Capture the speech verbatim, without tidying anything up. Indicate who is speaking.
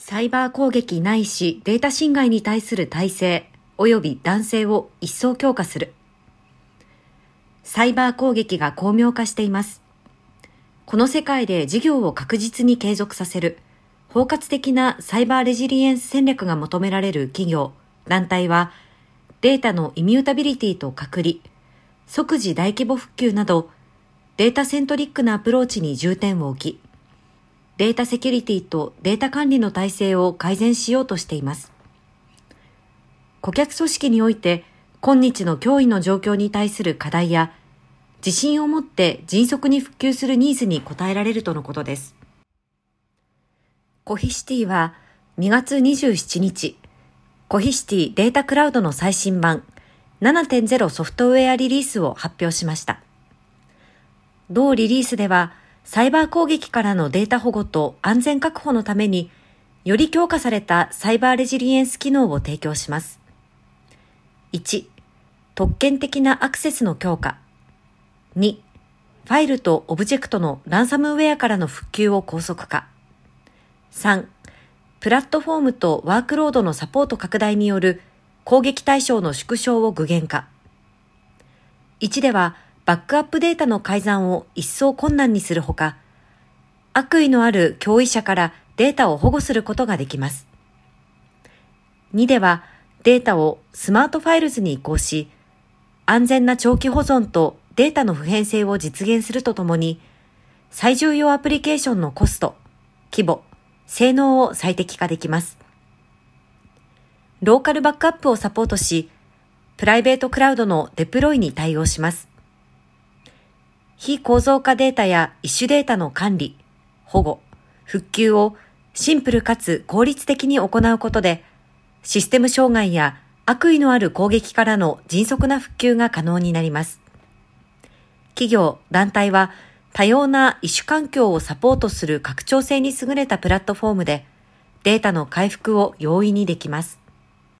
Speaker 1: サイバー攻撃ないしデータ侵害に対する体制及び弾性を一層強化する。サイバー攻撃が巧妙化しています。この世界で事業を確実に継続させる包括的なサイバーレジリエンス戦略が求められる企業、団体はデータのイミュータビリティと隔離、即時大規模復旧などデータセントリックなアプローチに重点を置き、データセキュリティとデータ管理の体制を改善しようとしています。顧客組織において今日の脅威の状況に対する課題や自信を持って迅速に復旧するニーズに応えられるとのことです。コヒシティはにがつにじゅうしちにち、コヒシティデータクラウドの最新版 ななてんゼロ ソフトウェアリリースを発表しました。同リリースではサイバー攻撃からのデータ保護と安全確保のためにより強化されたサイバーレジリエンス機能を提供します。いち. 特権的なアクセスの強化。に. ファイルとオブジェクトのランサムウェアからの復旧を高速化。さん. プラットフォームとワークロードのサポート拡大による攻撃対象の縮小を具現化。いちではバックアップデータの改ざんを一層困難にするほか、悪意のある脅威者からデータを保護することができます。にではデータをスマートファイルズに移行し、安全な長期保存とデータの普遍性を実現するとともに、最重要アプリケーションのコスト、規模、性能を最適化できます。ローカルバックアップをサポートし、プライベートクラウドのデプロイに対応します。非構造化データやイッシュデータの管理、保護、復旧をシンプルかつ効率的に行うことで、システム障害や悪意のある攻撃からの迅速な復旧が可能になります。企業、団体は多様な異種環境をサポートする拡張性に優れたプラットフォームで、データの回復を容易にできます。